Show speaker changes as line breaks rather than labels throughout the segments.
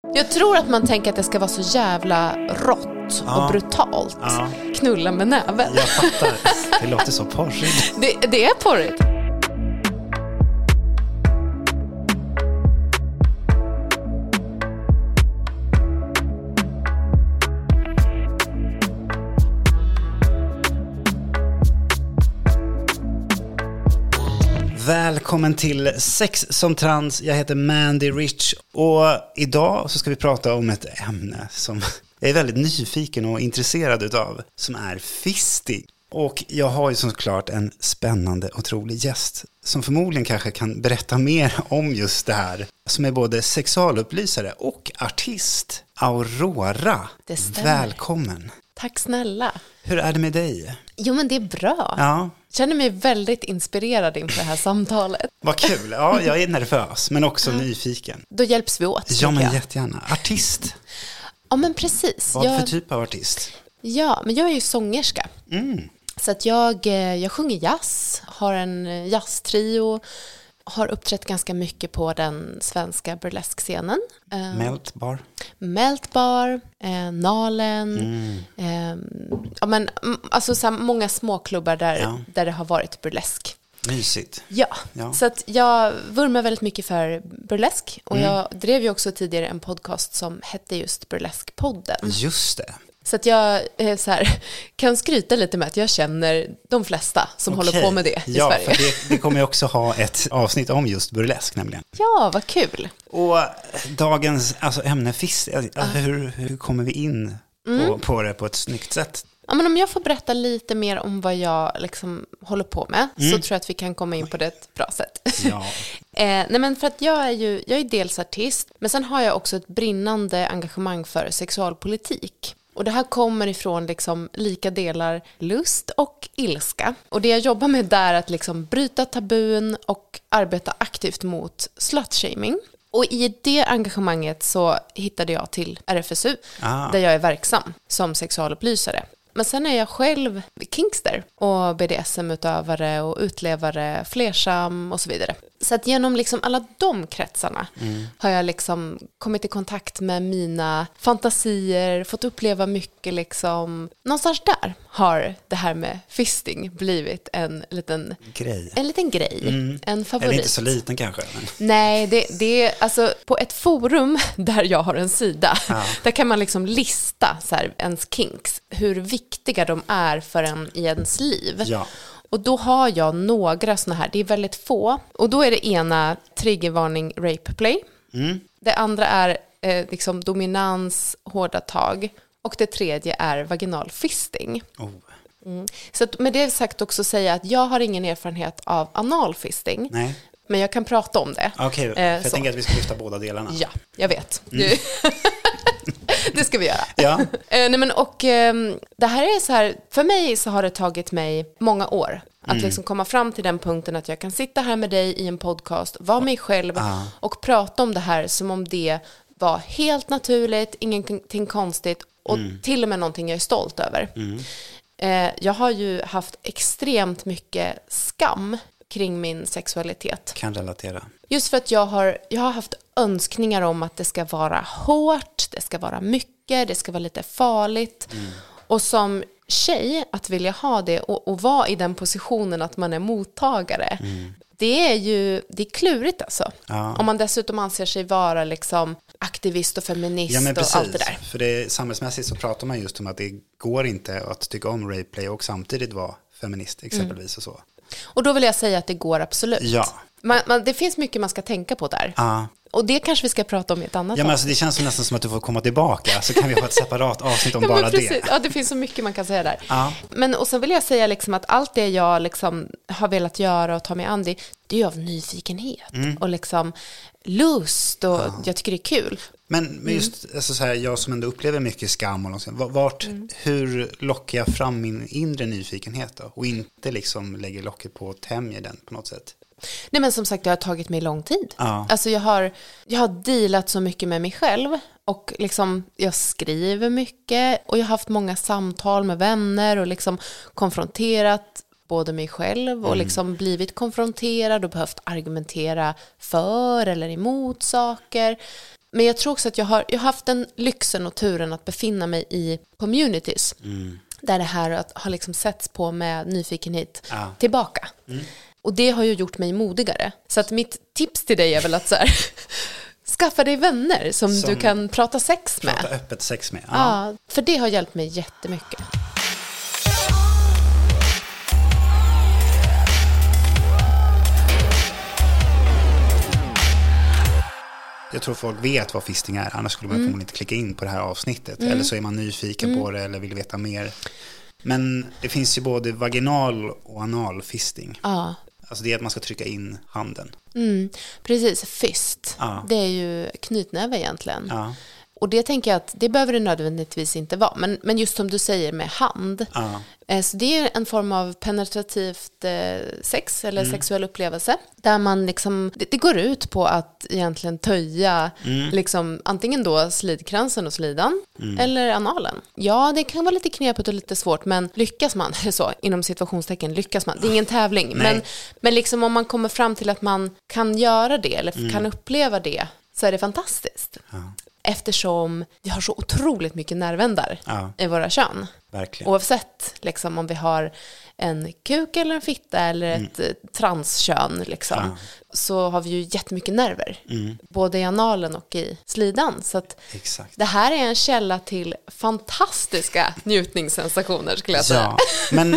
Jag tror att man tänker att det ska vara så jävla rått och brutalt. Knulla med näven.
Jag fattar. Det låter så porrigt.
Det är porrigt.
Välkommen till Sex som trans. Jag heter Mandy Rich och idag så ska vi prata om ett ämne som jag är väldigt nyfiken och intresserad utav, som är fisting. Och jag har ju såklart en spännande, otrolig gäst som förmodligen kanske kan berätta mer om just det här, som är både sexualupplysare och artist. Aurora, välkommen.
Tack snälla.
Hur är det med dig?
Jo, men det är bra.
Ja.
Känner mig väldigt inspirerad inför det här samtalet.
Vad kul. Ja, jag är nervös men också nyfiken.
Då hjälps vi åt.
Ja, men jättegärna. Artist.
Ja, men precis.
Vad för typ av artist?
Ja, men jag är ju sångerska. Så att jag sjunger jazz, har en jazztrio, har uppträtt ganska mycket på den svenska burleskscenen. Meltbar, Nalen. Ja, men alltså så många småklubbar där det har varit burlesk.
Mysigt.
Ja, så att jag vurmar väldigt mycket för burlesk. Och jag drev ju också tidigare en podcast som hette just Burleskpodden.
Just det.
Så att jag kan skryta lite med att jag känner de flesta som håller på med det i Sverige.
Ja, för det kommer jag också ha ett avsnitt om just burlesk nämligen.
Ja, vad kul.
Och dagens ämne fisting, hur kommer vi in på det på ett snyggt sätt?
Ja, men om jag får berätta lite mer om vad jag liksom håller på med så tror jag att vi kan komma in på det ett bra sätt.
Ja.
Nej, men för att jag är dels artist, men sen har jag också ett brinnande engagemang för sexualpolitik. Och det här kommer ifrån liksom lika delar lust och ilska. Och det jag jobbar med där är att liksom bryta tabun och arbeta aktivt mot slutshaming. Och i det engagemanget så hittade jag till RFSU där jag är verksam som sexualupplysare. Men sen är jag själv kinkster och BDSM-utövare och utlevare, flersam och så vidare. Så att genom liksom alla de kretsarna har jag liksom kommit i kontakt med mina fantasier, fått uppleva mycket liksom. Någonstans där har det här med fisting blivit en liten grej, en favorit.
Eller inte så liten kanske. Men.
Nej, det är alltså på ett forum där jag har en sida. Där kan man liksom lista så här, ens kinks, hur viktiga de är för en i ens liv. Ja. Och då har jag några såna här, det är väldigt få. Och då är det ena triggervarning rape play. Det andra är liksom dominans, hårda tag. Och det tredje är vaginal fisting. Så att med det sagt också säga att jag har ingen erfarenhet av analfisting. Nej. Men jag kan prata om det.
Okej, för jag tänker att vi ska lyfta båda delarna.
Ja, jag vet. Det ska vi göra.
Ja.
Nej, men, och det här är så här, för mig så har det tagit mig många år att liksom komma fram till den punkten att jag kan sitta här med dig i en podcast, vara mig själv och prata om det här som om det var helt naturligt, ingenting konstigt och till och med någonting jag är stolt över. Jag har ju haft extremt mycket skam kring min sexualitet.
Kan relatera.
Just för att jag har haft önskningar om att det ska vara hårt, det ska vara mycket, det ska vara lite farligt. Och som tjej att vilja ha det och vara i den positionen att man är mottagare. Det är klurigt alltså. Ja. Om man dessutom anser sig vara liksom aktivist och feminist och allt det där.
För det samhällsmässigt så pratar man just om att det går inte att tycka om rape play och samtidigt vara feminist exempelvis och så.
Och då vill jag säga att det går absolut.
Ja.
Det finns mycket man ska tänka på där. Och det kanske vi ska prata om i ett annat
men alltså, det känns nästan som att du får komma tillbaka. Så kan vi ha ett separat avsnitt om bara det.
Ja, det finns så mycket man kan säga där. Men och så vill jag säga liksom att allt det jag liksom har velat göra och ta mig an det är av nyfikenhet. Och liksom lust och jag tycker det är kul.
Men just alltså, så här, jag som ändå upplever mycket skam och hur lockar jag fram min inre nyfikenhet då? Och inte liksom lägger locket på och tämjer den på något sätt?
Nej, men som sagt, det har tagit mig lång tid. Alltså jag har dealat så mycket med mig själv och liksom jag skriver mycket och jag har haft många samtal med vänner och liksom konfronterat både mig själv och liksom blivit konfronterad och behövt argumentera för eller emot saker. Men jag tror också att jag har haft den lyxen och turen att befinna mig i communities där det här har liksom setts på med nyfikenhet tillbaka. Och det har ju gjort mig modigare. Så att mitt tips till dig är väl att så här, skaffa dig vänner som du kan prata sex med.
Prata öppet sex med.
Ja, för det har hjälpt mig jättemycket.
Jag tror folk vet vad fisting är, annars skulle man förmodligen inte klicka in på det här avsnittet. Eller så är man nyfiken på det eller vill veta mer. Men det finns ju både vaginal och anal fisting.
Ja.
Alltså det är att man ska trycka in handen.
Precis, fist.
Ja.
Det är ju knytnäve egentligen.
Ja.
Och det tänker jag att det behöver det nödvändigtvis inte vara. Men just som du säger med hand.
Ja.
Så det är en form av penetrativt sex eller sexuell upplevelse. Där man liksom, det går ut på att egentligen töja liksom, antingen då slidkransen och slidan eller analen. Ja, det kan vara lite knepigt och lite svårt, men lyckas man, så inom situationstecken lyckas man. Det är ingen tävling, men liksom om man kommer fram till att man kan göra det eller kan uppleva det, så är det fantastiskt.
Ja.
Eftersom vi har så otroligt mycket nervändar i våra kön.
Verkligen.
Oavsett liksom, om vi har en kuk eller en fitta eller ett transkön liksom, så har vi ju jättemycket nerver. Både i analen och i slidan. Så att det här är en källa till fantastiska njutningssensationer skulle jag säga.
Ja, men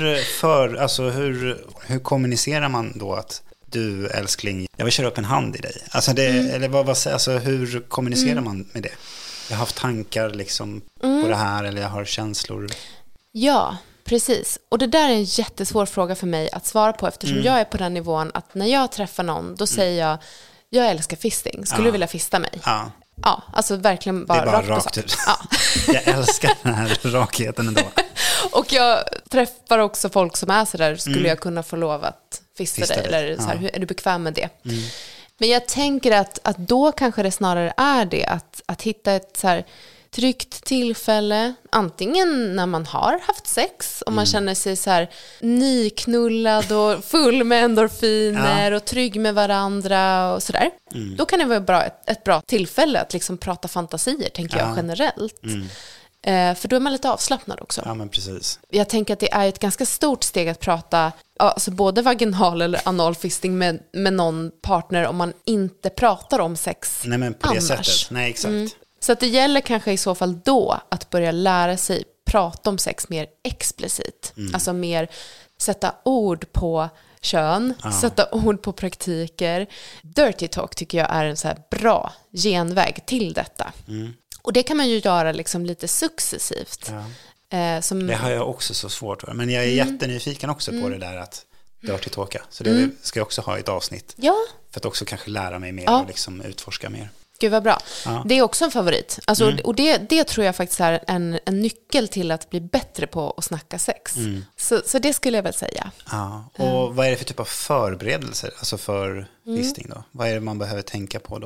hur kommunicerar man då att du, älskling, jag vill köra upp en hand i dig? Alltså eller hur kommunicerar man med det? Jag har haft tankar liksom på det här, eller jag har känslor.
Ja, precis. Och det där är en jättesvår fråga för mig att svara på, eftersom jag är på den nivån att när jag träffar någon, då säger jag älskar fisting. Skulle du vilja fista mig?
Ja.
Ja, alltså verkligen bara,
det är bara rakt ut. Ja. Jag älskar den här rakheten ändå.
Och jag träffar också folk som är så där, skulle jag kunna få lov att fista dig? Eller så här, hur är du bekväm med det? Men jag tänker att då kanske det snarare är det, att hitta ett så här tryggt tillfälle, antingen när man har haft sex och man känner sig så här nyknullad och full med endorfiner och trygg med varandra och sådär. Då kan det vara ett bra tillfälle att liksom prata fantasier, tänker jag generellt. För då är man lite avslappnad också.
Ja, men precis.
Jag tänker att det är ett ganska stort steg att prata alltså både vaginal eller analfisting med någon partner om man inte pratar om sex.
Nej, men på det sättet. Nej, exakt.
Så att det gäller kanske i så fall då att börja lära sig prata om sex mer explicit. Alltså mer sätta ord på kön, sätta ord på praktiker. Dirty talk tycker jag är en så här bra genväg till detta. Och det kan man ju göra liksom lite successivt.
Det har jag också så svårt för. Men jag är jättenyfiken också på det där att dirty talka. Så det ska jag också ha i ett avsnitt. Ja. För att också kanske lära mig mer och liksom utforska mer.
Gud vad bra. Ja. Det är också en favorit. Alltså, och det tror jag faktiskt är en nyckel till att bli bättre på att snacka sex. Så det skulle jag väl säga.
Ja. Och vad är det för typ av förberedelser alltså för fisting då? Vad är det man behöver tänka på då?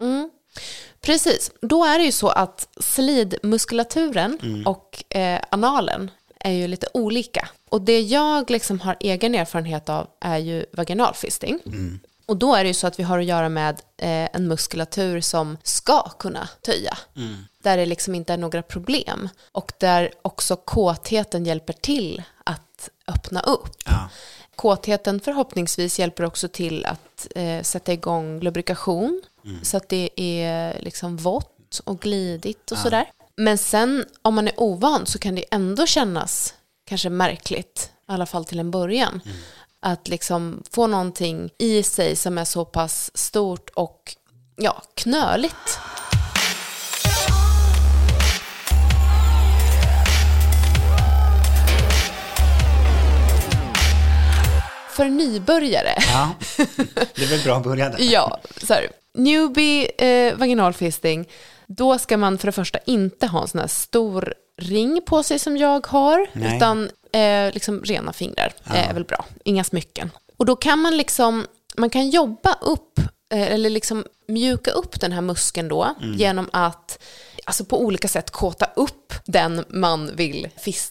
Precis. Då är det ju så att slidmuskulaturen och analen är ju lite olika. Och det jag liksom har egen erfarenhet av är ju vaginalfisting. Och då är det ju så att vi har att göra med en muskulatur som ska kunna töja. Där det liksom inte är några problem. Och där också kåtheten hjälper till att öppna upp. Ja. Kåtheten förhoppningsvis hjälper också till att sätta igång lubrikation. Så att det är liksom vått och glidigt och sådär. Men sen om man är ovan så kan det ändå kännas kanske märkligt. I alla fall till en början. Att liksom få någonting i sig som är så pass stort och knöligt. För nybörjare.
Ja, det är väl bra att börja där.
Ja, så här, newbie vaginalfisting, då ska man för det första inte ha en sån här stor ring på sig som jag har. Nej. Utan liksom rena fingrar är väl bra. Inga smycken. Och då kan man kan jobba upp eller liksom mjuka upp den här muskeln då genom att alltså på olika sätt kåta upp den man vill fista.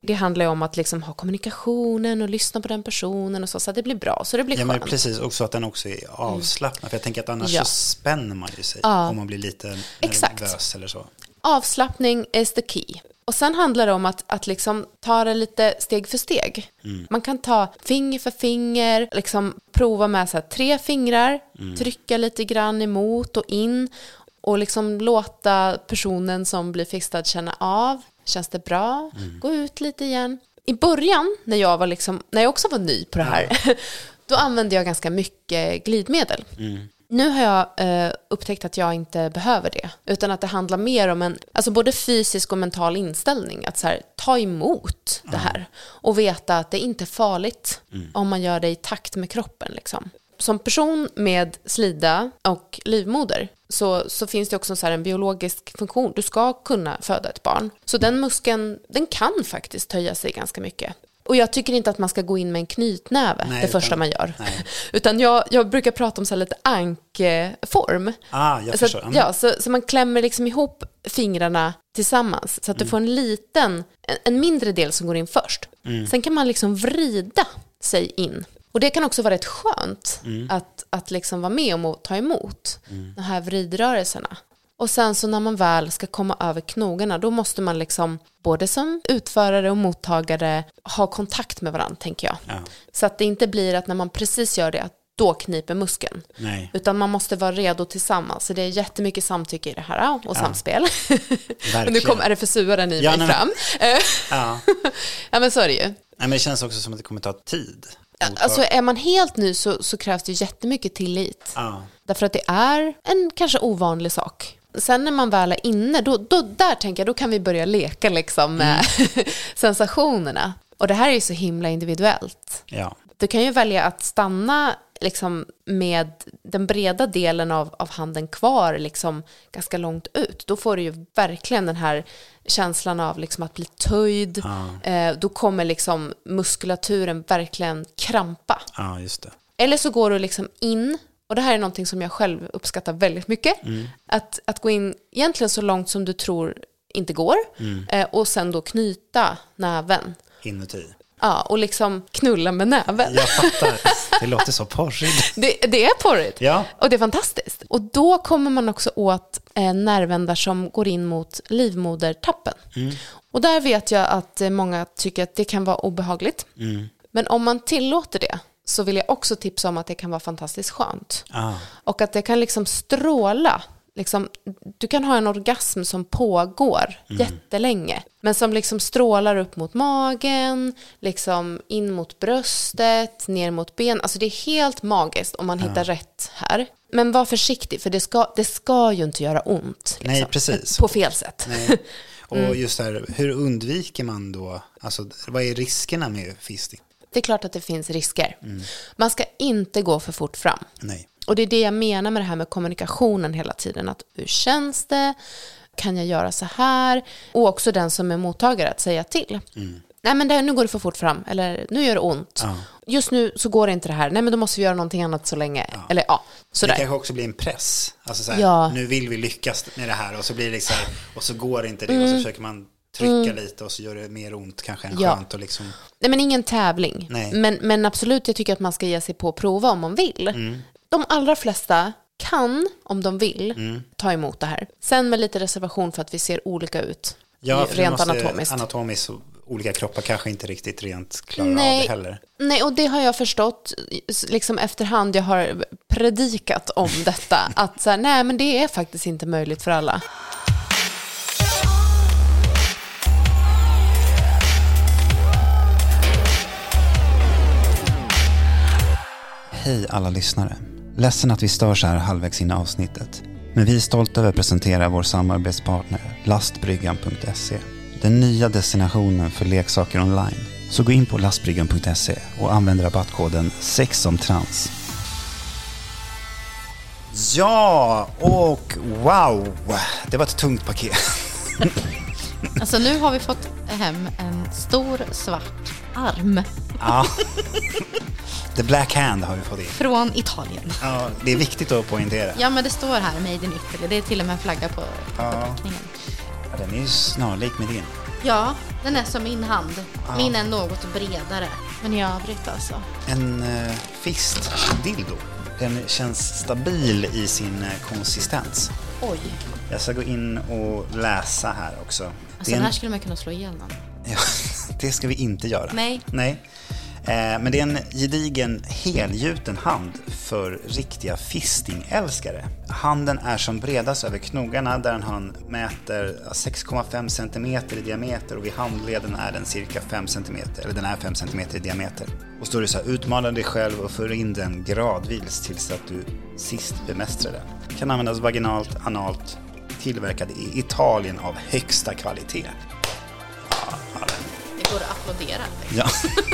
Det handlar ju om att liksom ha kommunikationen och lyssna på den personen och så att det blir bra, så det blir skönt.
Men precis, också att den också är avslappnad. För jag tänker att annars så spänner man ju sig om man blir lite nervös eller så.
Avslappning is the key. Och sen handlar det om att liksom ta det lite steg för steg. Man kan ta finger för finger, liksom prova med så här 3 fingrar, trycka lite grann emot och in och liksom låta personen som blir fixad känna av. Känns det bra? Gå ut lite igen. I början, när jag också var ny på det här, då använde jag ganska mycket glidmedel. Nu har jag upptäckt att jag inte behöver det. Utan att det handlar mer om både fysisk och mental inställning. Att så här, ta emot det här. Och veta att det inte är farligt om man gör det i takt med kroppen. Liksom. Som person med slida och livmoder så finns det också så här en biologisk funktion. Du ska kunna föda ett barn. Så den muskeln, den kan faktiskt höja sig ganska mycket. Och jag tycker inte att man ska gå in med en knytnäve första man gör. Utan jag brukar prata om så här lite ankform.
Jag förstår.
Så man klämmer liksom ihop fingrarna tillsammans. Så att du får en mindre del som går in först. Sen kan man liksom vrida sig in. Och det kan också vara rätt skönt att liksom vara med om att ta emot de här vridrörelserna. Och sen så när man väl ska komma över knogarna, då måste man liksom både som utförare och mottagare ha kontakt med varandra, tänker jag. Ja. Så att det inte blir att när man precis gör det, att då kniper muskeln. Nej. Utan man måste vara redo tillsammans. Så det är jättemycket samtycke i det här och samspel. Och nu kommer RFSU-aren i mig fram. Ja, men så är det ju.
Nej, men det känns också som att det kommer ta tid.
Alltså är man helt ny så krävs det jättemycket tillit. Därför att det är en kanske ovanlig sak. Sen när man väl är inne, då där tänker jag, då kan vi börja leka liksom med sensationerna. Och det här är ju så himla individuellt. Ja. Du kan ju välja att stanna liksom med den breda delen av handen kvar liksom ganska långt ut. Då får du ju verkligen den här känslan av liksom att bli töjd. Då kommer liksom muskulaturen verkligen krampa.
Ja, just det.
Eller så går du liksom in, och det här är någonting som jag själv uppskattar väldigt mycket. Att gå in egentligen så långt som du tror inte går. Och sen då knyta näven.
Inuti.
Ja, och liksom knulla med näven.
Jag fattar. Det låter så porrigt.
Det är porrigt.
Ja.
Och det är fantastiskt. Och då kommer man också åt nervändar som går in mot livmodertappen. Och där vet jag att många tycker att det kan vara obehagligt. Men om man tillåter det, så vill jag också tipsa om att det kan vara fantastiskt skönt. Och att det kan liksom stråla. Liksom, du kan ha en orgasm som pågår jättelänge, men som liksom strålar upp mot magen, liksom in mot bröstet, ner mot ben. Alltså det är helt magiskt om man hittar rätt här. Men var försiktig, för det ska ju inte göra ont. Liksom,
nej, precis.
På fel sätt.
Nej. Och just där, hur undviker man då? Alltså, vad är riskerna med fisting?
Det är klart att det finns risker. Man ska inte gå för fort fram.
Nej.
Och det är det jag menar med det här med kommunikationen hela tiden. Att hur känns det? Kan jag göra så här? Och också den som är mottagare att säga till. Nej, men nu går det för fort fram. Eller nu gör det ont. Just nu så går det inte det här. Nej, men då måste vi göra någonting annat så länge. Eller sådär.
Det kanske också blir en press. Alltså så här, nu vill vi lyckas med det här. Och så blir det liksom, och så går det inte det. Och så försöker man trycka lite och så gör det mer ont kanske än skönt. Och liksom...
Nej, men ingen tävling. Men absolut, jag tycker att man ska ge sig på att prova om man vill. De allra flesta kan, om de vill, ta emot det här. Sen med lite reservation för att vi ser olika ut.
Ja, för
rent anatomiskt.
Anatomiskt och olika kroppar kanske inte riktigt rent klarar av det heller.
Nej, och det har jag förstått liksom efterhand jag har predikat om detta. Att så här, nej, men det är faktiskt inte möjligt för alla.
Hej alla lyssnare. Ledsen att vi stör så här halvvägs in i avsnittet. Men vi är stolta över att presentera vår samarbetspartner lastbryggan.se. Den nya destinationen för leksaker online. Så gå in på lastbryggan.se och använd rabattkoden sexomtrans. Ja, och wow. Det var ett tungt paket.
Alltså nu har vi fått hem en stor svart arm.
Ja. The Black Hand har vi fått in.
Från Italien.
Ja, det är viktigt att poängtera.
Ja, men det står här Made in Italy. Det är till och med en flagga på förpackningen.
Ja, den är ju snarlik med din.
Ja, den är som min hand. Min är något bredare. Men i övrigt alltså.
En fistdildo. Den känns stabil i sin konsistens.
Oj.
Jag ska gå in och läsa här också.
Alltså den här skulle man kunna slå igenom.
Ja, det ska vi inte göra.
Nej.
Men det är en gedigen helgjuten hand för riktiga fistingälskare. Handen är som bredast över knogarna där han mäter 6,5 cm i diameter och vid handleden är den cirka 5 cm, eller den är 5 cm i diameter. Och står det så här: utmana dig själv och för in den gradvis tills att du sist bemästrar den. Kan användas vaginalt, analt, tillverkad i Italien av högsta kvalitet.
Det går att applådera.
Ja.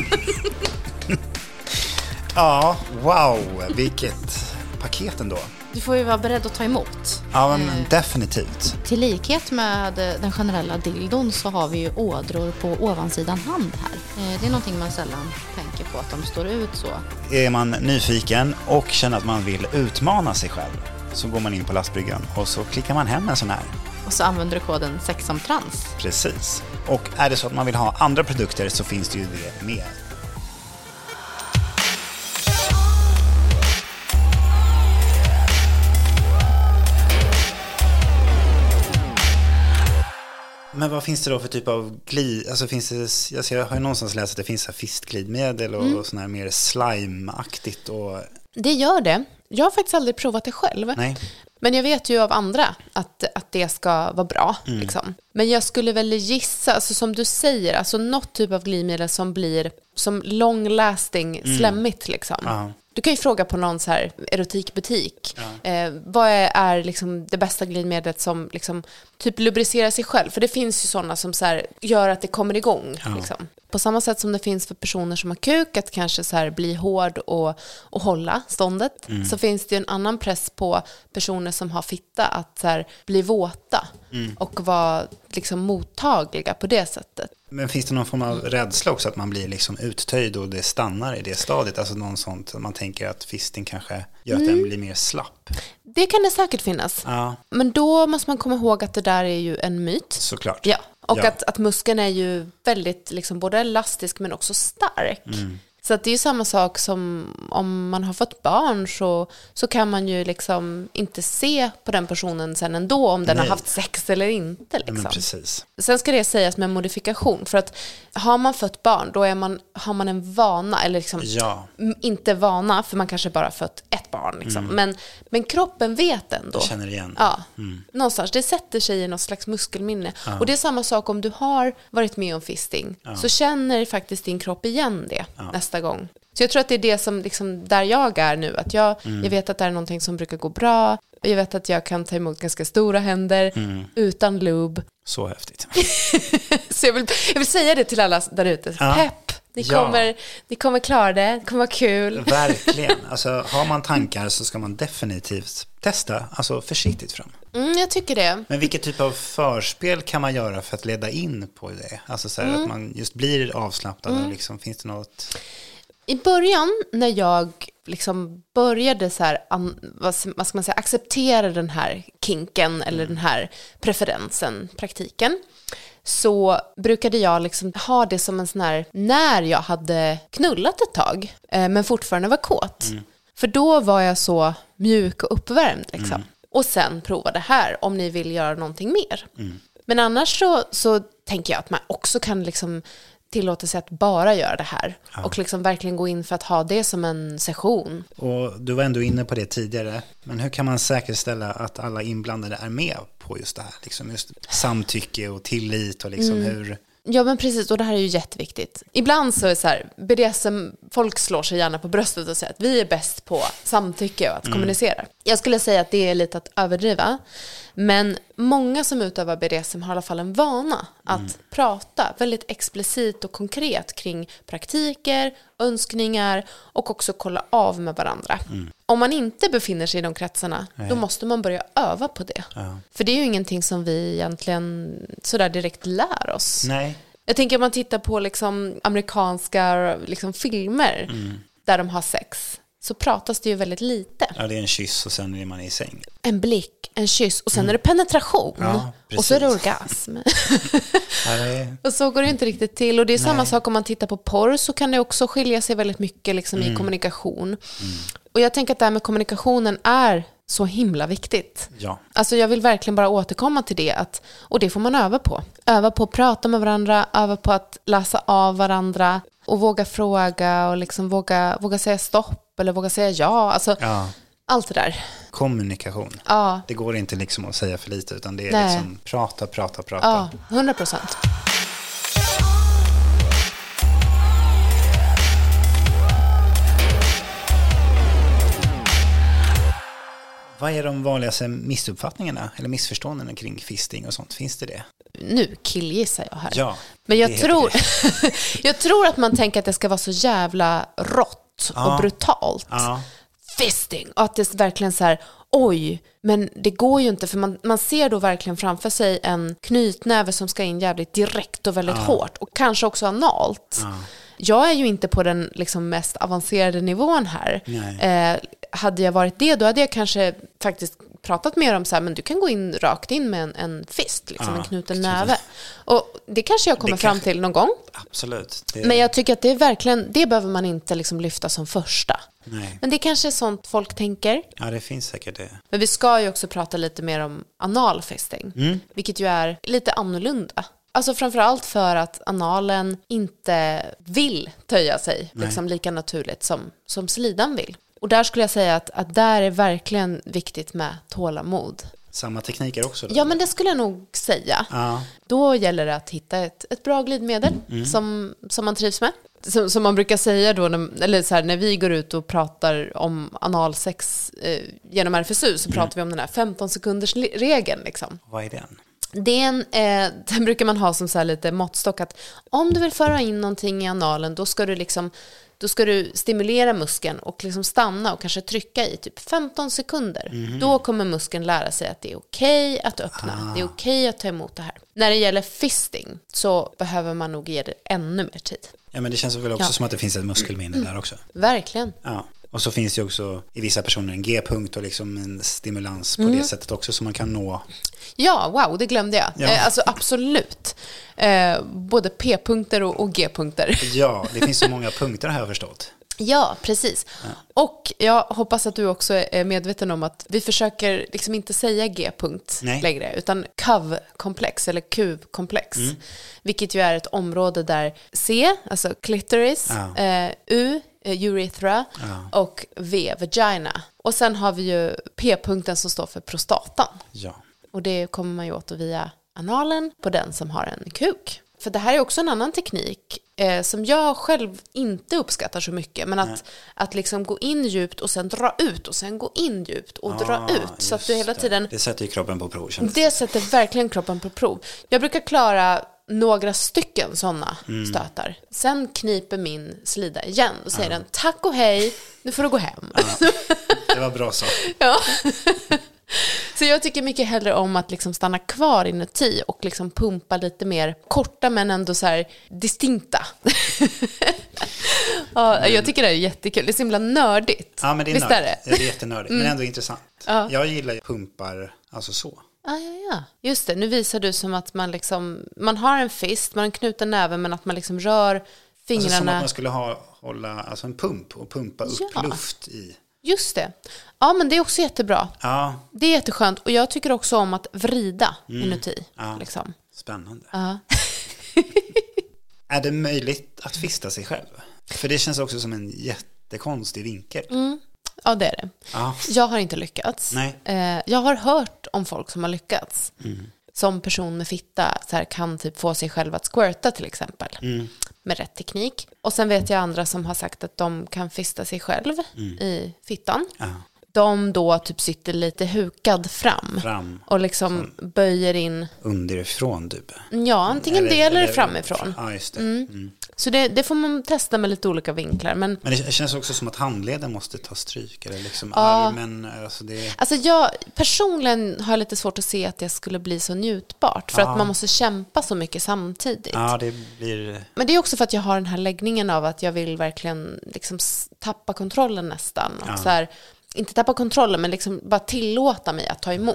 Ja, wow, vilket paket ändå.
Du får ju vara beredd att ta emot.
Ja, men definitivt.
Till likhet med den generella dildon så har vi ju ådror på ovansidan hand här. Det är någonting man sällan tänker på, att de står ut så.
Är man nyfiken och känner att man vill utmana sig själv så går man in på lastbryggan och så klickar man hem en sån här.
Och så använder du koden sexomtrans.
Precis. Och är det så att man vill ha andra produkter så finns det ju det med. Men vad finns det då för typ av glid? Alltså finns det, jag har ju någonstans läst att det finns fistglidmedel och sån här mer slime-aktigt. Och...
Det gör det. Jag har faktiskt aldrig provat det själv.
Nej.
Men jag vet ju av andra att det ska vara bra. Liksom. Men jag skulle väl gissa, alltså som du säger, alltså något typ av glidmedel som blir som long-lasting slemmigt. Liksom. Du kan ju fråga på någon så här erotikbutik. Vad är liksom det bästa glidmedlet som liksom typ lubricerar sig själv? För det finns ju sådana som så här gör att det kommer igång. Liksom. På samma sätt som det finns för personer som har kuk att kanske så här bli hård och hålla ståndet. Så finns det ju en annan press på personer som har fitta att så här bli våta. Och vara liksom mottagliga på det sättet.
Men finns det någon form av rädsla också att man blir liksom uttöjd och det stannar i det stadiet? Alltså någon sånt, man tänker att fisting kanske gör att den blir mer slapp.
Det kan det säkert finnas.
Ja.
Men då måste man komma ihåg att det där är ju en myt.
Såklart.
Ja. Och att muskeln är ju väldigt liksom både elastisk men också stark. Så att det är ju samma sak som om man har fått barn så kan man ju liksom inte se på den personen sen ändå om den har haft sex eller inte. Liksom.
Men precis.
Sen ska det sägas med modifikation, för att har man fött barn då har man en vana, eller liksom inte vana, för man kanske bara fött ett barn. Liksom. Men kroppen vet ändå.
Du känner igen.
Ja, någonstans. Det sätter sig i något slags muskelminne. Och det är samma sak om du har varit med om fisting. Så känner faktiskt din kropp igen det nästa gång. Så jag tror att det är det som liksom, där jag är nu. Att jag vet att det är någonting som brukar gå bra. Jag vet att jag kan ta emot ganska stora händer utan lube.
Så häftigt.
Så jag vill säga det till alla där ute. Pepp! Ni kommer klara det. Det kommer vara kul.
Verkligen. Alltså, har man tankar så ska man definitivt testa. Alltså försiktigt fram.
Jag tycker det.
Men vilket typ av förspel kan man göra för att leda in på det? Alltså så här, att man just blir avslappnad. Och liksom, finns det något...
I början när jag liksom började så här, vad ska man säga, acceptera den här kinken eller den här preferensen, praktiken, så brukade jag liksom ha det som en sån här, när jag hade knullat ett tag men fortfarande var kåt. För då var jag så mjuk och uppvärmd liksom. Och sen prova det här om ni vill göra någonting mer. Men annars så tänker jag att man också kan liksom tillåta sig att bara göra det här. Och liksom verkligen gå in för att ha det som en session. Och
du var ändå inne på det tidigare. Men hur kan man säkerställa att alla inblandade är med på just det här? Liksom just samtycke och tillit och liksom hur...
Ja, men precis, och det här är ju jätteviktigt. Ibland så är det så här, BDSM, folk slår sig gärna på bröstet och säger att vi är bäst på samtycke och att kommunicera. Jag skulle säga att det är lite att överdriva. Men många som utövar BDSM har i alla fall en vana att prata väldigt explicit och konkret kring praktiker, önskningar och också kolla av med varandra. Om man inte befinner sig i de kretsarna, då måste man börja öva på det. För det är ju ingenting som vi egentligen sådär direkt lär oss.
Nej.
Jag tänker om man tittar på liksom amerikanska liksom filmer där de har sex. så pratas det ju väldigt lite.
Ja, det är en kyss och sen är man i säng.
En blick, en kyss och sen är det penetration.
Ja,
och så är det orgasm.
Ja, det är...
Och så går det inte riktigt till. Och det är samma sak om man tittar på porr, så kan det också skilja sig väldigt mycket liksom i kommunikation. Och jag tänker att det här med kommunikationen är så himla viktigt.
Ja.
Alltså jag vill verkligen bara återkomma till det. Och det får man öva på. Öva på att prata med varandra, öva på att läsa av varandra och våga fråga och liksom våga säga stopp eller våga säga ja. Alltså allt det där.
Kommunikation.
Ja.
Det går inte liksom att säga för lite, utan det är
Nej.
liksom prata.
Ja, 100%.
Vad är de vanligaste missuppfattningarna eller missförstånden kring fisting och sånt? Finns det det?
Nu killgissar jag här.
Ja.
Men jag tror att man tänker att det ska vara så jävla rått och brutalt.
Ja.
Fisting. Och att det är verkligen så här, oj, men det går ju inte. För man ser då verkligen framför sig en knytnäve som ska in jävligt direkt och väldigt hårt. Och kanske också analt.
Ja.
Jag är ju inte på den liksom mest avancerade nivån här. Hade jag varit det, då hade jag kanske faktiskt pratat mer om så här, men du kan gå in rakt in med en fist, liksom en knuten näve. Och det kanske jag kommer fram till någon gång.
Absolut.
Men jag tycker att det är verkligen, det behöver man inte liksom lyfta som första.
Nej.
Men det kanske är sånt folk tänker.
Ja, det finns säkert det.
Men vi ska ju också prata lite mer om analfisting, vilket ju är lite annorlunda. Alltså framförallt för att analen inte vill töja sig liksom lika naturligt som slidan vill. Och där skulle jag säga att där är verkligen viktigt med tålamod.
Samma tekniker också då?
Ja, men det skulle jag nog säga.
Ja.
Då gäller det att hitta ett bra glidmedel som man trivs med. Som man brukar säga då, när vi går ut och pratar om analsex genom RFSU, så pratar vi om den här 15 sekunders regeln. Liksom.
Vad är den?
Den brukar man ha som så här lite måttstock, att om du vill föra in någonting i analen, då ska du stimulera muskeln och liksom stanna och kanske trycka i typ 15 sekunder. Då kommer muskeln lära sig att det är okej att öppna. Det är okej att ta emot det här. När det gäller fisting så behöver man nog ge det ännu mer tid.
Ja, men det känns väl också som att det finns ett muskelminne där också.
Verkligen.
Ja. Och så finns det också i vissa personer en G-punkt och liksom en stimulans på det sättet också som man kan nå.
Ja, wow, det glömde jag.
Ja.
Alltså absolut. Både P-punkter och G-punkter.
Ja, det finns så många punkter har jag förstått.
Ja, precis. Ja. Och jag hoppas att du också är medveten om att vi försöker liksom inte säga G-punkt längre, utan CUV-komplex eller KUV-komplex. Vilket ju är ett område där C, alltså clitoris, U, urethra och V, vagina. Och sen har vi ju P-punkten som står för prostatan. Ja. Och det kommer man ju åt via analen på den som har en kuk. För det här är också en annan teknik som jag själv inte uppskattar så mycket. Men att liksom gå in djupt och sen dra ut och sen gå in djupt och dra ut. Så att du hela tiden...
Det sätter ju kroppen på prov.
Det sätter verkligen kroppen på prov. Jag brukar klara några stycken sådana stötar. Sen kniper min slida igen och säger den tack och hej, nu får du gå hem.
Det var bra så.
Ja. Så jag tycker mycket hellre om att liksom stanna kvar inuti och liksom pumpa lite mer korta men ändå så här distinkta. Ja, jag tycker det är jättekul. Det är så himla nördigt.
Ja, men det är
visst
nördigt.
är det?
Det är jättenördigt, men ändå intressant. Ja. Jag gillar ju pumpar, alltså så.
Ja. Just det, nu visar du som att man har en fist, man har en knuten näve, men att man liksom rör fingrarna.
Alltså som att man skulle hålla alltså en pump och pumpa upp luft i.
Just det. Ja, men det är också jättebra. Ja. Det är jätteskönt. Och jag tycker också om att vrida inuti. Ja. Liksom.
Spännande.
Ja.
Är det möjligt att fista sig själv? För det känns också som en jättekonstig vinkel.
Ja, det är det.
Ja.
Jag har inte lyckats.
Nej.
Jag har hört om folk som har lyckats. Som person med fitta så här, kan typ få sig själv att squirta till exempel. Med rätt teknik. Och sen vet jag andra som har sagt att de kan fista sig själv i fittan. de då typ sitter lite hukad fram. Och liksom böjer in
underifrån typ.
Ja, antingen det eller framifrån.
Ja, just det.
Så det får man testa med lite olika vinklar. Men
det känns också som att handleden måste ta stryk. Eller liksom armen.
Alltså jag personligen har lite svårt att se att det skulle bli så njutbart. För att man måste kämpa så mycket samtidigt.
Ja, det blir...
Men det är också för att jag har den här läggningen av att jag vill verkligen liksom tappa kontrollen nästan. Och så här, inte tappa kontrollen, men liksom bara tillåta mig att ta emot.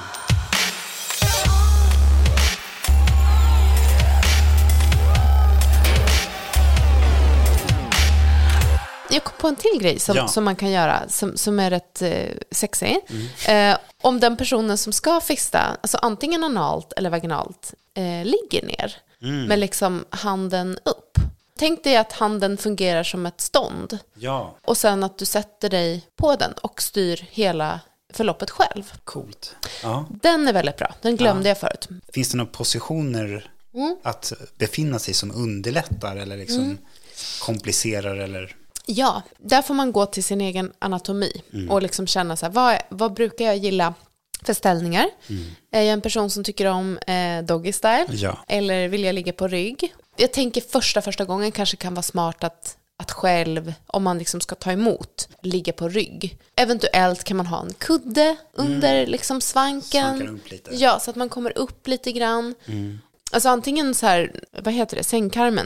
Jag kom på en till grej som man kan göra som är rätt sexig. Om den personen som ska fista, alltså antingen analt eller vaginalt, ligger ner med liksom handen upp. Tänk dig att handen fungerar som ett stånd.
Ja.
Och sen att du sätter dig på den och styr hela förloppet själv.
Coolt. Ja.
Den är väldigt bra. Den glömde jag förut.
Finns det några positioner att befinna sig som underlättar eller liksom komplicerar eller...
Ja, där får man gå till sin egen anatomi och liksom känna så här, vad brukar jag gilla för ställningar? Är jag en person som tycker om doggy style?
Ja.
Eller vill jag ligga på rygg? Jag tänker första gången kanske kan vara smart att själv, om man liksom ska ta emot, ligga på rygg. Eventuellt kan man ha en kudde under liksom svanken.
Upp lite.
Ja, så att man kommer upp lite grann. Alltså antingen så här, vad heter det, sängkarmen,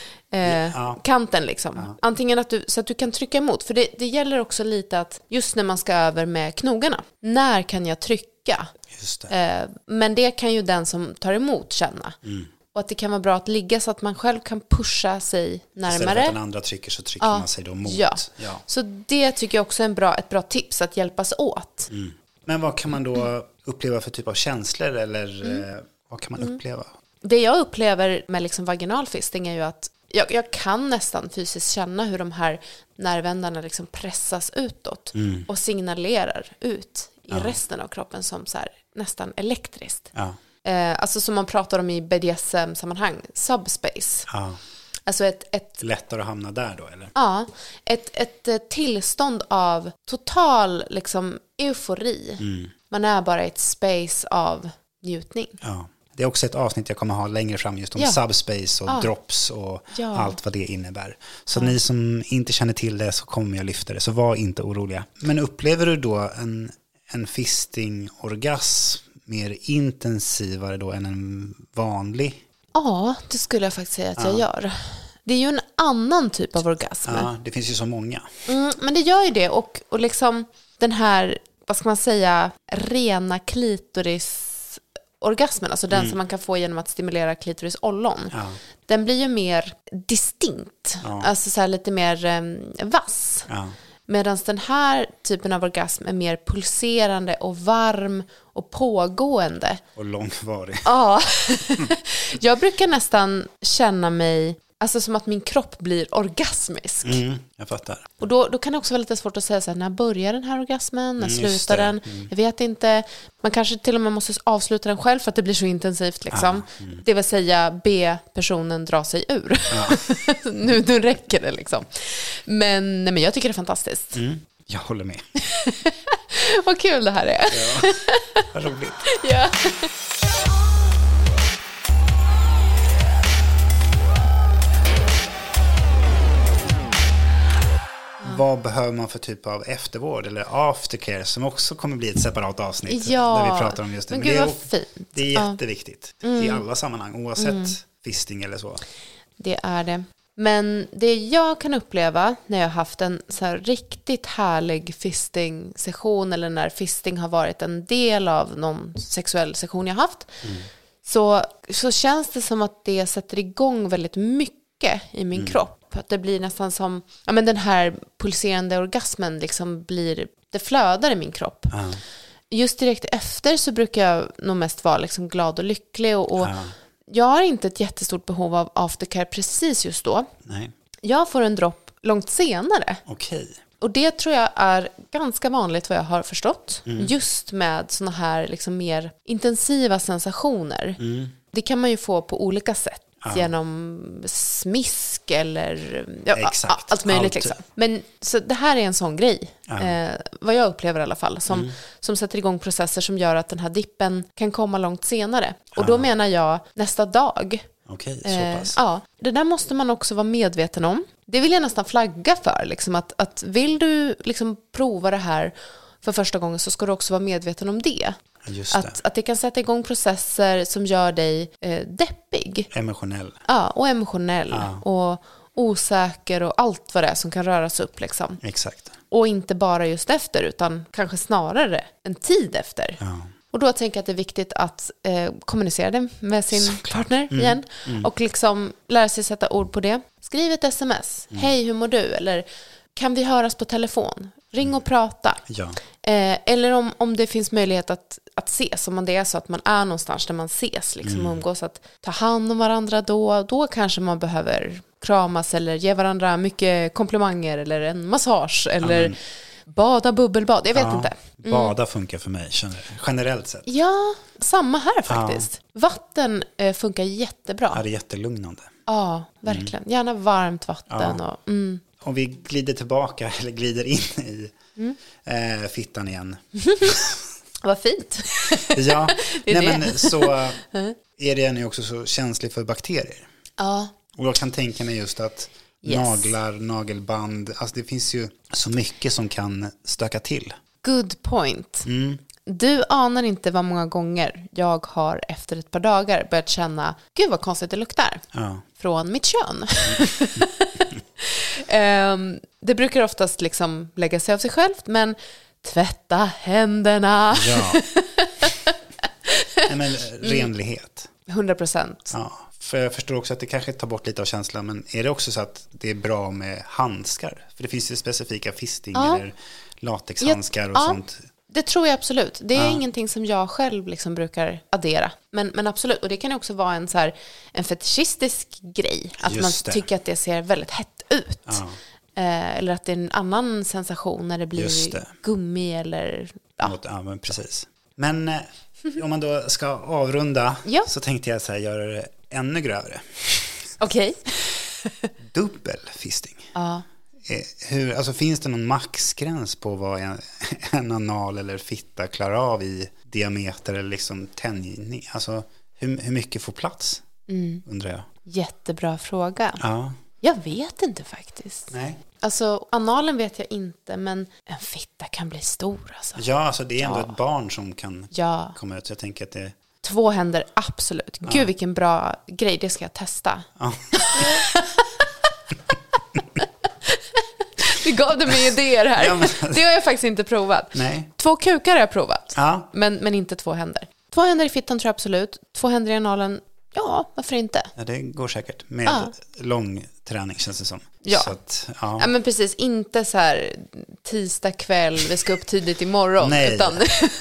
kanten liksom. Ja. Antingen så att du kan trycka emot. För det gäller också lite att just när man ska över med knogarna, när kan jag trycka?
Just det.
Men det kan ju den som tar emot känna. Och att det kan vara bra att ligga så att man själv kan pusha sig närmare.
Istället för att den andra trycker så trycker man sig då mot.
Ja. Så det tycker jag också är ett bra tips, att hjälpas åt.
Men vad kan man då uppleva för typ av känslor eller vad kan man uppleva?
Det jag upplever med liksom vaginal fisting är ju att jag kan nästan fysiskt känna hur de här nervändarna liksom pressas utåt och signalerar ut i resten av kroppen som så här, nästan elektriskt.
Ja.
Alltså som man pratar om i BDSM-sammanhang, subspace.
Ja.
Alltså ett
lättare att hamna där då, eller?
Ja, ett tillstånd av total liksom eufori. Man är bara i ett space av njutning.
Ja. Det är också ett avsnitt jag kommer ha längre fram just om subspace och drops och allt vad det innebär. Så ni som inte känner till det så kommer jag lyfta det, så var inte oroliga. Men upplever du då en fisting-orgasm mer intensivare då än en vanlig?
Ja, det skulle jag faktiskt säga att jag gör. Det är ju en annan typ av orgasm.
Ja, det finns ju så många.
Men det gör ju det. Och liksom den här, vad ska man säga, rena klitorisorgasmen, alltså den som man kan få genom att stimulera klitorisollon. Ja. Den blir ju mer distinkt. Ja. Alltså så här lite mer vass. Ja. Medan den här typen av orgasm är mer pulserande och varm och pågående.
Och långvarig.
Ja. Jag brukar nästan känna mig, alltså som att min kropp blir orgasmisk.
Jag fattar.
Och då kan det också vara lite svårt att säga så här, när börjar den här orgasmen? När slutar den? Jag vet inte. Man kanske till och med måste avsluta den själv för att det blir så intensivt. Liksom. Det vill säga be personen dra sig ur. Ja. nu räcker det liksom. Men jag tycker det är fantastiskt.
Jag håller med.
Vad kul det här är.
Ja, vad roligt.
Ja.
Vad behöver man för typ av eftervård eller aftercare som också kommer bli ett separat avsnitt där vi pratar om just det.
Men gud, vad fint.
Det är jätteviktigt i alla sammanhang, oavsett fisting eller så.
Det är det. Men det jag kan uppleva när jag har haft en så här riktigt härlig fisting-session eller när fisting har varit en del av någon sexuell session jag haft, så känns det som att det sätter igång väldigt mycket i min kropp. Att det blir nästan som den här pulserande orgasmen liksom det flödar i min kropp. Just direkt efter så brukar jag nog mest vara liksom glad och lycklig och jag har inte ett jättestort behov av aftercare precis just då.
Nej.
Jag får en dropp långt senare.
Okej.
Och det tror jag är ganska vanligt vad jag har förstått. Just med såna här liksom mer intensiva sensationer. Det kan man ju få på olika sätt. genom smisk eller
Exakt.
allt möjligt.
Allt.
Liksom. Men så det här är en sån grej, vad jag upplever i alla fall, som sätter igång processer som gör att den här dippen kan komma långt senare. Och då menar jag nästa dag.
Okej, så pass.
Ja, det där måste man också vara medveten om. Det vill jag nästan flagga för. Liksom, att vill du liksom prova det här för första gången så ska du också vara medveten om det.
Just det.
Att det kan sätta igång processer som gör dig deppig.
Emotionell.
Ja, och emotionell. Och osäker och allt vad det är som kan röras upp. Liksom.
Exakt.
Och inte bara just efter utan kanske snarare en tid efter.
Ja.
Och då tänker jag att det är viktigt att kommunicera det med sin partner igen. Och liksom lära sig sätta ord på det. Skriv ett sms. Hej, hur mår du? Eller kan vi höras på telefon? Ring och prata.
Ja.
Eller om det finns möjlighet att ses. Om det är så att man är någonstans där man ses. Liksom, och umgås, att ta hand om varandra då kanske man behöver kramas eller ge varandra mycket komplimanger. Eller en massage. Eller bada bubbelbad. Jag vet inte.
Bada funkar för mig generellt sett.
Ja, samma här faktiskt. Vatten funkar jättebra.
Ja, det är jättelugnande.
Ja, verkligen. Gärna varmt vatten. Och,
Om vi glider tillbaka eller glider in i fittan igen.
Vad fint.
Ja,
Det är det.
men så är det nu också så känslig för bakterier.
Ja.
Och jag kan tänka mig just att naglar, nagelband, alltså det finns ju så mycket som kan stöka till.
Good point. Du anar inte vad många gånger jag har efter ett par dagar börjat känna, gud vad konstigt det luktar från mitt kön. Det brukar oftast liksom lägga sig av sig självt, men tvätta händerna.
Ja. Nej, men renlighet.
100%.
Ja, för jag förstår också att det kanske tar bort lite av känslan, men är det också så att det är bra med handskar? För det finns ju specifika fisting eller latexhandskar och sånt.
Det tror jag absolut. Det är ingenting som jag själv liksom brukar addera. Men absolut. Och det kan också vara en fetischistisk grej. Att man tycker att det ser väldigt hett ut. Eller att det är en annan sensation när det blir gummi eller...
Ja, men precis. Men om man då ska avrunda så tänkte jag så här, göra det ännu grövre.
Okej.
Dubbelfisting. Ja. Alltså finns det någon maxgräns på vad en anal eller fitta klarar av i diameter eller liksom tänjning? Alltså hur mycket får plats? Undrar jag.
Jättebra fråga.
Ja.
Jag vet inte faktiskt.
Nej.
Alltså analen vet jag inte, men en fitta kan bli stor alltså.
Ja, alltså det är ändå ett barn som kan komma ut. Så jag tänker att det...
2 händer, absolut. Gud vilken bra grej, det ska jag testa. Ja. Du gav det mig idéer här. Ja, det har jag faktiskt inte provat.
Nej.
2 kukar har jag provat.
Ja.
Men inte 2 händer. 2 händer i fittan tror jag absolut. 2 händer i analen, ja, varför inte?
Ja, det går säkert med lång träning känns det som.
Ja.
Så att,
ja, men precis. Inte så här tisdag kväll, vi ska upp tidigt imorgon.
Nej.
Utan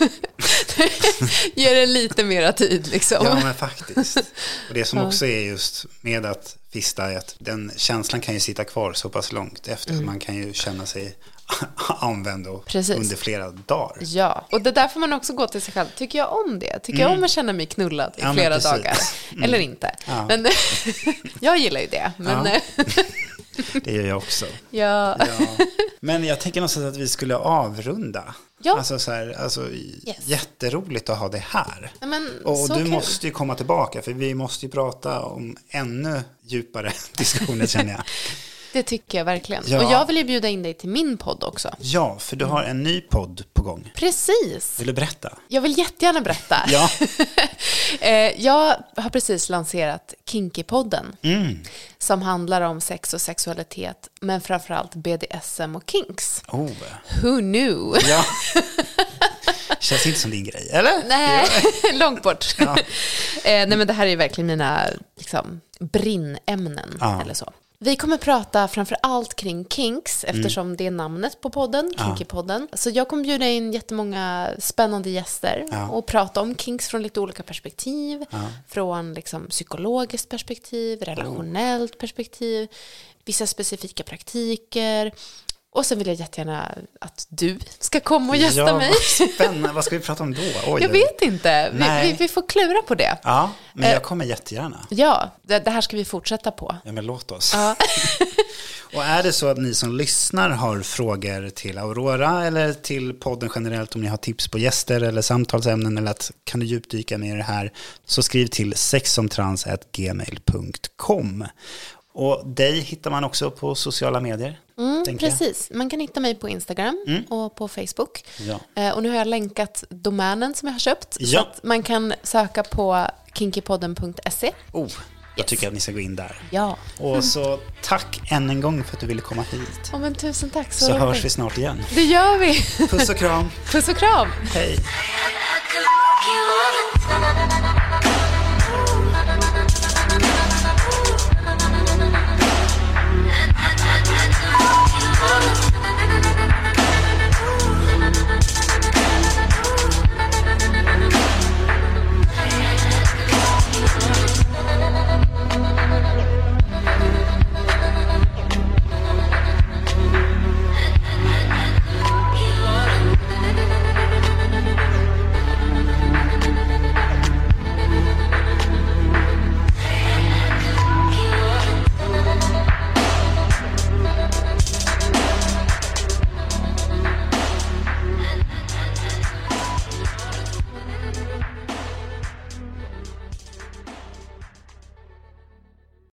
ger det lite mera tid liksom.
Ja, men faktiskt. Och det som också är just med att fista är att den känslan kan ju sitta kvar så pass långt efter. Man kan ju känna sig använd under flera dagar.
Ja, och det där får man också gå till sig själv. Tycker jag om det? Tycker jag om att känna mig knullad i flera dagar? Eller inte? Ja. Men jag gillar ju det. Men
det gör jag också.
Ja.
Men jag tänker någonstans att vi skulle avrunda.
Ja.
Alltså, så här, jätteroligt att ha det här.
Men,
och du
kul.
Måste ju komma tillbaka, för vi måste ju prata om ännu djupare diskussioner, känner jag.
Det tycker jag verkligen.
Ja.
Och jag vill ju bjuda in dig till min podd också.
Ja, för du har en ny podd på gång.
Precis.
Vill du berätta?
Jag vill jättegärna berätta.
Ja.
Jag har precis lanserat Kinky-podden. Som handlar om sex och sexualitet. Men framförallt BDSM och kinks.
Oh.
Who knew?
Ja. Känns inte som din grej, eller?
Nej, långt bort. Ja. Nej, men det här är verkligen mina liksom, brinnämnen eller så. Vi kommer prata framför allt kring kinks eftersom det är namnet på podden, Kinky-podden. Så jag kommer bjuda in jättemånga spännande gäster och prata om kinks från lite olika perspektiv. Från liksom, psykologiskt perspektiv, relationellt perspektiv, vissa specifika praktiker. Och sen vill jag jättegärna att du ska komma och gästa mig.
Spännande. Vad ska vi prata om då? Oj,
jag vet inte. Vi får klura på det.
Ja, men jag kommer jättegärna.
Ja, det här ska vi fortsätta på.
Ja, men låt oss.
Ja.
Och är det så att ni som lyssnar har frågor till Aurora eller till podden generellt, om ni har tips på gäster eller samtalsämnen eller att kan du djupdyka med det här, så skriv till sexomtrans@gmail.com. Och dig hittar man också på sociala medier.
Precis, man kan hitta mig på Instagram och på Facebook.
Ja.
Och nu har jag länkat domänen som jag har köpt.
Ja.
Så att man kan söka på kinkypodden.se.
Jag tycker att ni ska gå in där.
Ja.
Och så tack än en gång för att du ville komma hit.
Men tusen tack.
Så hörs vi snart igen.
Det gör vi.
Puss och kram.
Puss och kram.
Hej.